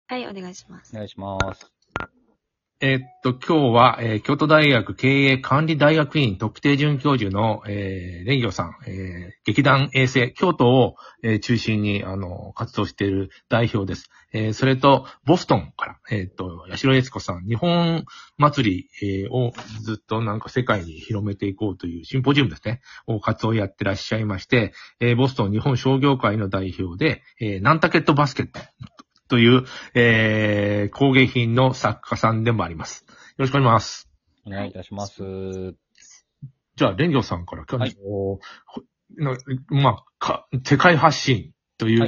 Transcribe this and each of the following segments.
はい、お願いします。 お願いします。 今日は、京都大学経営管理大学院特定准教授の、蓮行さん、劇団衛星京都を、中心に、活動している代表です。それと、ボストンから、八代悦子さん、日本祭り、をずっとなんか世界に広めていこうというシンポジウムですね、を活動をやってらっしゃいまして、ボストン日本商業会の代表で、ナンタケットバスケット、という、工芸品の作家さんでもあります。よろしくお願いします。 お願いいたします。 じゃあ、蓮行さんから今日の、 はい、 世界発信という、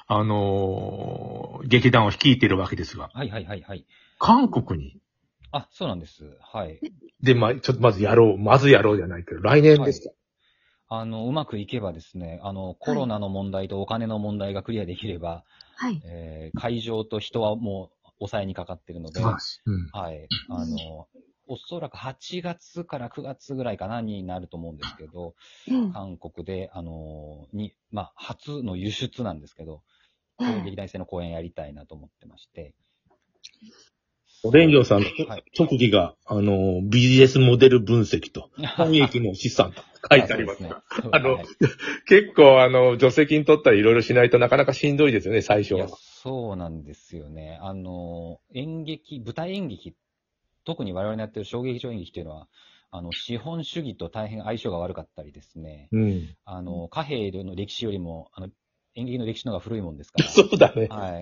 はい、 劇団を率いているわけですが、 はいはいはいはい。 韓国に。 あ、そうなんです。はい。 で、ちょっとまずやろうじゃないけど、来年ですか、 はい、うまくいけばですね、コロナの問題とお金の問題がクリアできれば、はい。会場と人はもう抑えにかかってるので、はい。おそらく8月から9月ぐらいかなになると思うんですけど、韓国で、初の輸出なんですけど、劇団生の公演やりたいなと思ってまして。 蓮行さんの特技が、ビジネスモデル分析と、翻訳の資産と書いてありますが、結構助成金取ったりいろいろしないとなかなかしんどいですよね、最初は。 そうなんですよね。舞台演劇、特に我々のやってる小劇場演劇っていうのは、資本主義と大変相性が悪かったりですね。貨幣の歴史よりも、演劇の歴史の方が古いもんですから。 そうだね。 はい。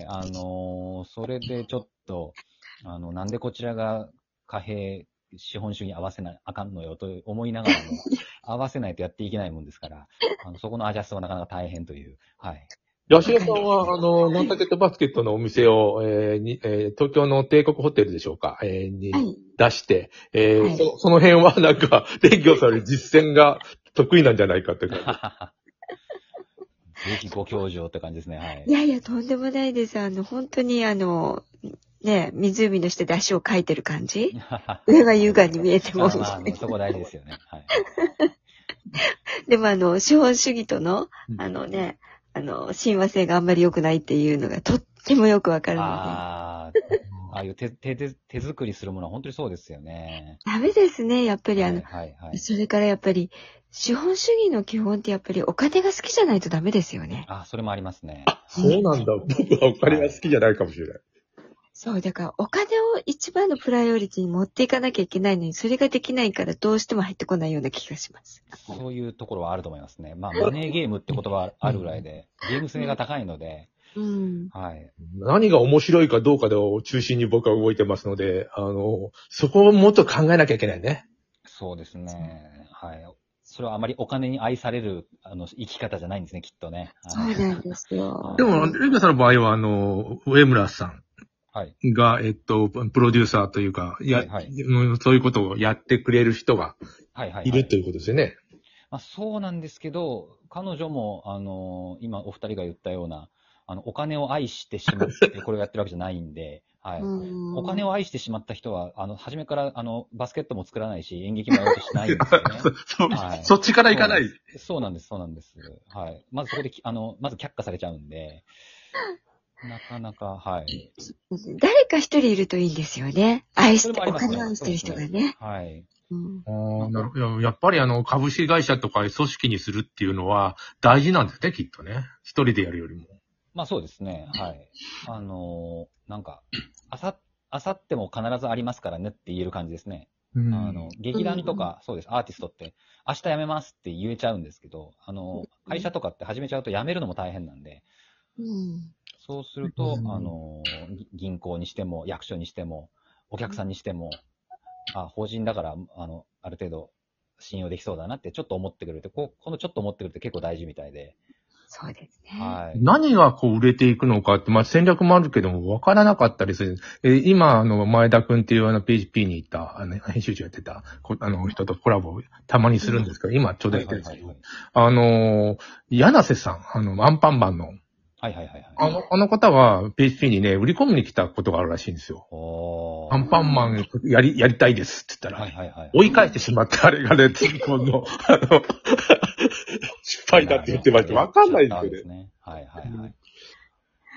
それでちょっと、なんでこちらが貨幣、資本主義に合わせなあかんのよと思いながらも、合わせないとやっていけないもんですから、そこのアジャストはなかなか大変という。はい。 吉田さんは、ナンタケットバスケットのお店を、東京の帝国ホテルでしょうか、に出して、その辺はなんか、蓮行さんより実践が得意なんじゃないかって感じ。ぜひご教授って感じですね。はい。 いやいや、とんでもないです。本当にね、湖の下で足をかいてる感じ上は優雅に見えても。 そこ大事ですよね。はい。 でも資本主義との、親和性があんまり良くないっていうのがとってもよくわかるので。 ああいう手作りするものは本当にそうですよね。 ダメですね、やっぱりそれからやっぱり、資本主義の基本ってやっぱりお金が好きじゃないとダメですよね。 それもありますね。 そうなんだ。僕はお金が好きじゃないかもしれない。 そう、だからお金を一番のプライオリティに持っていかなきゃいけないのに、それができないからどうしても入ってこないような気がします。 そういうところはあると思いますね。マネーゲームって言葉はあるぐらいで、ゲーム性が高いので、はい。 何が面白いかどうかを中心に僕は動いてますので、そこをもっと考えなきゃいけないね。 そうですね。はい。それはあまりお金に愛される、生き方じゃないんですね、きっとね。 そうなんですよ。 でも、レイさんの場合は、上村さん。が、プロデューサーというか、そういうことをやってくれる人がいるということですよね。 そうなんですけど、彼女も、今お二人が言ったような、お金を愛してしまってこれをやってるわけじゃないんで、はい。お金を愛してしまった人は、初めから、バスケットも作らないし、演劇もやろうとしないんですよね。 そっちから行かない。 そうなんです。はい。まずそこで、まず却下されちゃうんで、なかなか、はい。 誰か一人いるといいんですよね。お金を愛してる人がね。 はい。 なるほど。やっぱり株式会社とか組織にするっていうのは大事なんですね、きっとね。一人でやるよりも。 そうですね。はい。なんか、あさっても必ずありますからねって言える感じですね。劇団とか、そうです、アーティストって、明日辞めますって言えちゃうんですけど、会社とかって始めちゃうと辞めるのも大変なんで、そうすると、銀行にしても、役所にしても、お客さんにしても、法人だから、ある程度信用できそうだなってちょっと思ってくれて、このちょっと思ってくれて結構大事みたいで。 そうですね。 はい。何が売れていくのかって、戦略もあるけども、分からなかったりする。今、前田くんっていうPHP に行った、編集長やってた、人とコラボたまにするんですけど、今ちょうどやってるんですけど、柳瀬さん、アンパンマンの、あの方は PHP にね、売り込みに来たことがあるらしいんですよ。アンパンマンやりたいですって言ったら、追い返してしまって、あれがね、今度、失敗だって言ってました。わかんないですよね。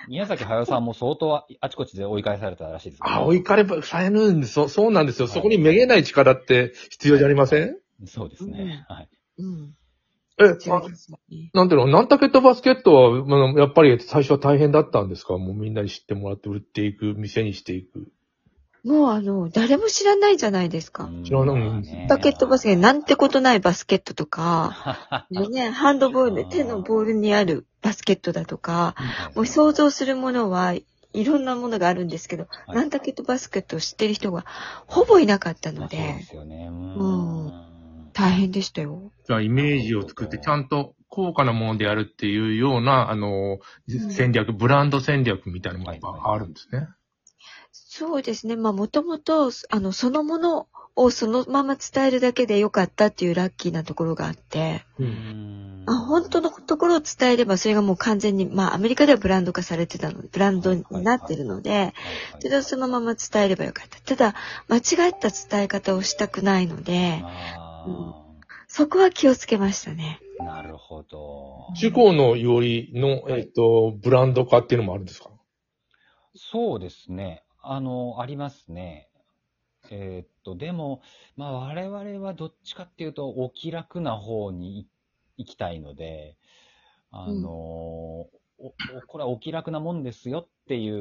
宮崎駿さんも相当あちこちで追い返されたらしいですね。 追いかればされるんです。そうなんですよ。 はいそこにめげない力って必要じゃありません？ そうですね。はい。 うん。 え、 違いますよね。 なんていうの、ナンタケットバスケットは、やっぱり最初は大変だったんですか？もうみんなに知ってもらって売っていく、店にしていく。 もう誰も知らないじゃないですか。 知らないまあねバスケットバスケ、なんてことないバスケットとか、ね、ハンドボールで手のボールにあるバスケットだとか、もう想像するものはいろんなものがあるんですけど、 はいナンタケットバスケットを知ってる人がほぼいなかったのまあそうでで、 すよね。 大変でしたよ。 じゃあイメージを作ってちゃんと高価なものでやるっていうような、戦略、ブランド戦略みたいなものがあるんですね。 そうですね。まあもともと、そのものをそのまま伝えるだけでよかったっていうラッキーなところがあって、本当のところを伝えればそれがもう完全に、まあアメリカではブランド化されてたので、ブランドになってるので、それをそのまま伝えればよかった。ただ、間違った伝え方をしたくないので、そこは気をつけましたね。 なるほど。 主語のよりの、ブランド化っていうのもあるんですか？ そうですね。ありますね。でも、まあ我々はどっちかっていうと、お気楽な方に行きたいので、これはお気楽なもんですよっていう、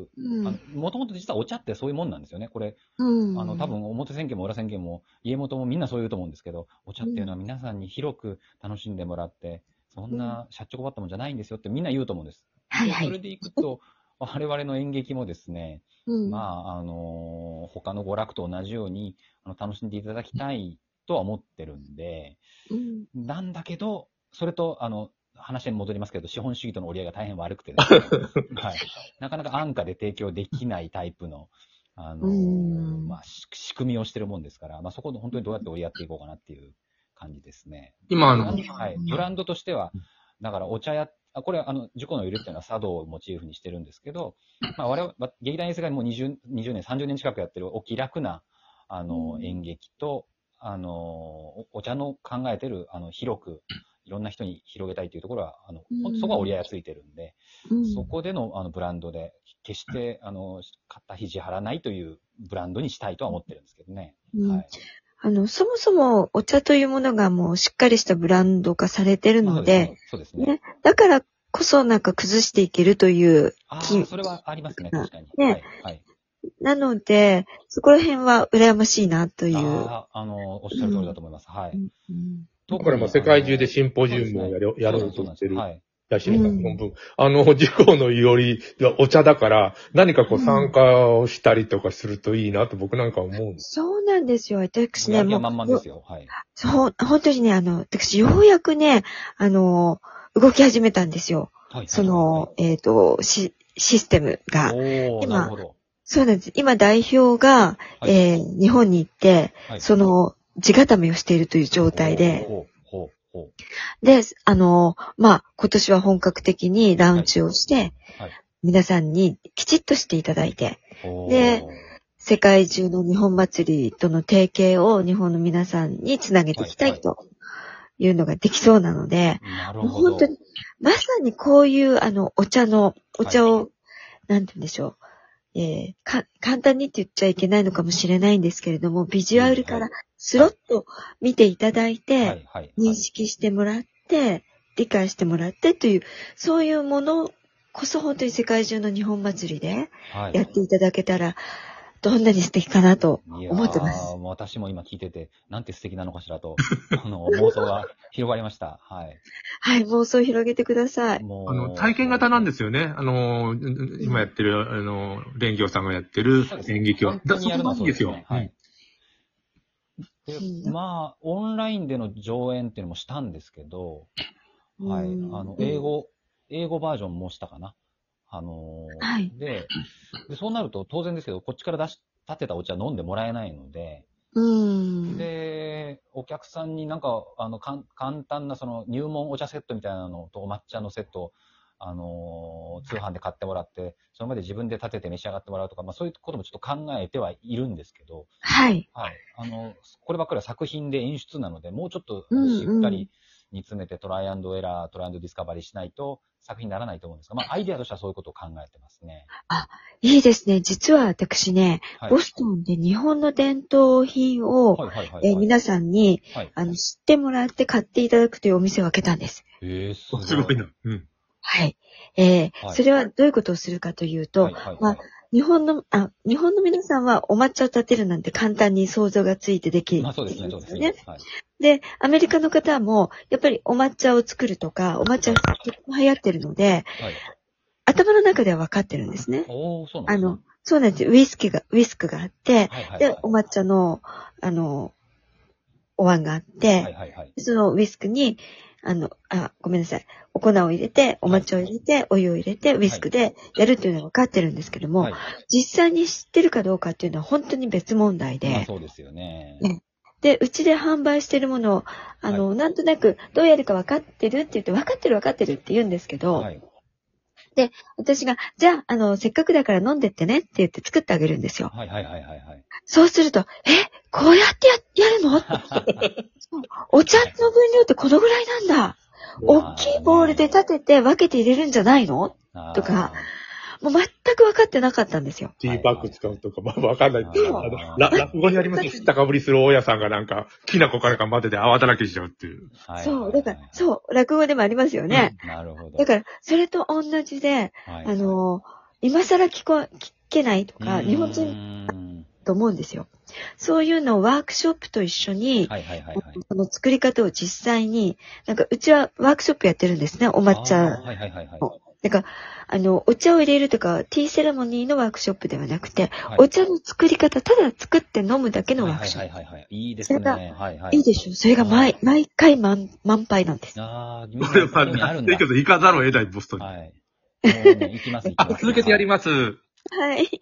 もともと実はお茶ってそういうもんなんですよね。これ、多分表千家も裏千家も家元もみんなそう言うと思うんですけど、お茶っていうのは皆さんに広く楽しんでもらって、そんなしゃっちょこばったもんじゃないんですよってみんな言うと思うんです。 はいはい。 それでいくと、我々の演劇もですね、まあ、他の娯楽と同じように楽しんでいただきたいとは思ってるんで、なんだけど、それと、話に戻りますけど、資本主義との折り合いが大変悪くてですね、はい、なかなか安価で提供できないタイプの、まあ、仕組みをしてるもんですから、まあ、そこで本当にどうやって折り合っていこうかなっていう感じですね。 今、 はい、ブランドとしては、だからお茶これは、樹古のゆりっていうのは茶道をモチーフにしてるんですけど、まあ、我々、劇団演出がもう20年、30年近くやってるお気楽な、演劇と、お茶の考えてる、広く、いろんな人に広げたいというところは、そこは折り合いがついてるんで、そこでの、ブランドで、決して、肩肘張らないというブランドにしたいとは思ってるんですけどね。はい。 そもそもお茶というものがもうしっかりしたブランド化されてるので、 そうですね。 だからこそなんか崩していけるというそれはありますね、確かに。 ね。はい。なので、そこら辺は羨ましいなという。 おっしゃる通りだと思います。はい。 だからまあ世界中でシンポジウムをやろうとしてる。八代さんの分。樹古のいおりはお茶だから、何かこう参加をしたりとかするといいなと僕なんか思うんです。 そうなんですよ。私ね、 もう。満々ですよ。はい。 そう、本当にね、私ようやくね、動き始めたんですよ。はい。システムが。 なるほど。 そうなんです。今代表が、日本に行って、地固めをしているという状態で。で、まあ、今年は本格的にラウンチをして、皆さんにきちっとしていただいて、で、世界中の日本祭りとの提携を日本の皆さんにつなげていきたいというのができそうなので、本当に、まさにこういうお茶を、なんて言うんでしょう。簡単にって言っちゃいけないのかもしれないんですけれども、ビジュアルからスロッと見ていただいて、認識してもらって、理解してもらってという、そういうものこそ本当に世界中の日本祭りでやっていただけたら、どんなに素敵かなと思ってます。 私も今聞いてて、なんて素敵なのかしらと、妄想が広がりました。はい。 はい、妄想を広げてください。 体験型なんですよね。今やってる、蓮行さんがやってる演劇は。 本当にやるのはそうですよ。はい。で、まあ、オンラインでの上演っていうのもしたんですけど、はい。英語バージョンもしたかな。 はい。 で、そうなると当然ですけど、こっちから立てたお茶飲んでもらえないので、で、お客さんになんか、簡単なその入門お茶セットみたいなのとお抹茶のセットを、通販で買ってもらって、その場で自分で立てて召し上がってもらうとか、まあそういうこともちょっと考えてはいるんですけど、 はい。 はい。こればっかりは作品で演出なので、もうちょっとしっかり煮詰めてトライアンドエラー、トライアンドディスカバリーしないと、 作品にならないと思うんですが、まあ、アイデアとしてはそういうことを考えてますね。 いいですね。実は私ね、 はい、 ボストンで日本の伝統品を、皆さんに、知ってもらって買っていただくというお店を開けたんです。 すごいな。うん。 はい。それはどういうことをするかというと、日本の皆さんはお抹茶を立てるなんて簡単に想像がついてできる。 まあそうですね、そうですね。はい。 で、アメリカの方も、やっぱりお抹茶を作るとか、お抹茶がとても流行ってるので、頭の中では分かってるんですね。 そうなんですね。 そうなんです。ウイスクがあって、で、お抹茶の、お椀があって、そのウイスクに、ごめんなさい。お粉を入れて、お抹茶を入れて、お湯を入れて、ウイスクでやるっていうのは分かってるんですけども、実際に知ってるかどうかっていうのは本当に別問題で。 まあそうですよね。 で、うちで販売してるものを、なんとなく、どうやるか分かってるって言って、分かってるって言うんですけど、で、私が、じゃあ、せっかくだから飲んでってねって言って作ってあげるんですよ。そうすると、こうやってやるのお茶の分量ってこのぐらいなんだ。大きいボウルで立てて分けて入れるんじゃないのとか、もう全く分かってなかったんですよ。 ティーバッグ使うとか、まあ分かんない。落語にありますよ。知ったかぶりする大家さんがなんか、きな粉かなんか混ぜて泡だらけしちゃうっていう。 そう、だから、落語でもありますよね。 なるほど。 だから、それと同じで、今更聞けないとか、日本人と思うんですよ。そういうのをワークショップと一緒に、その作り方を実際に、なんかうちはワークショップやってるんですね、お抹茶。だから、お茶を入れるとか、ティーセレモニーのワークショップではなくて、お茶の作り方、ただ作って飲むだけのワークショップ。 いいですね。 いいでしょ。それが毎回満杯なんです。 これは、だけど行かざるを得ないボストンに。 もうね、行きます。 続けてやります。 はい。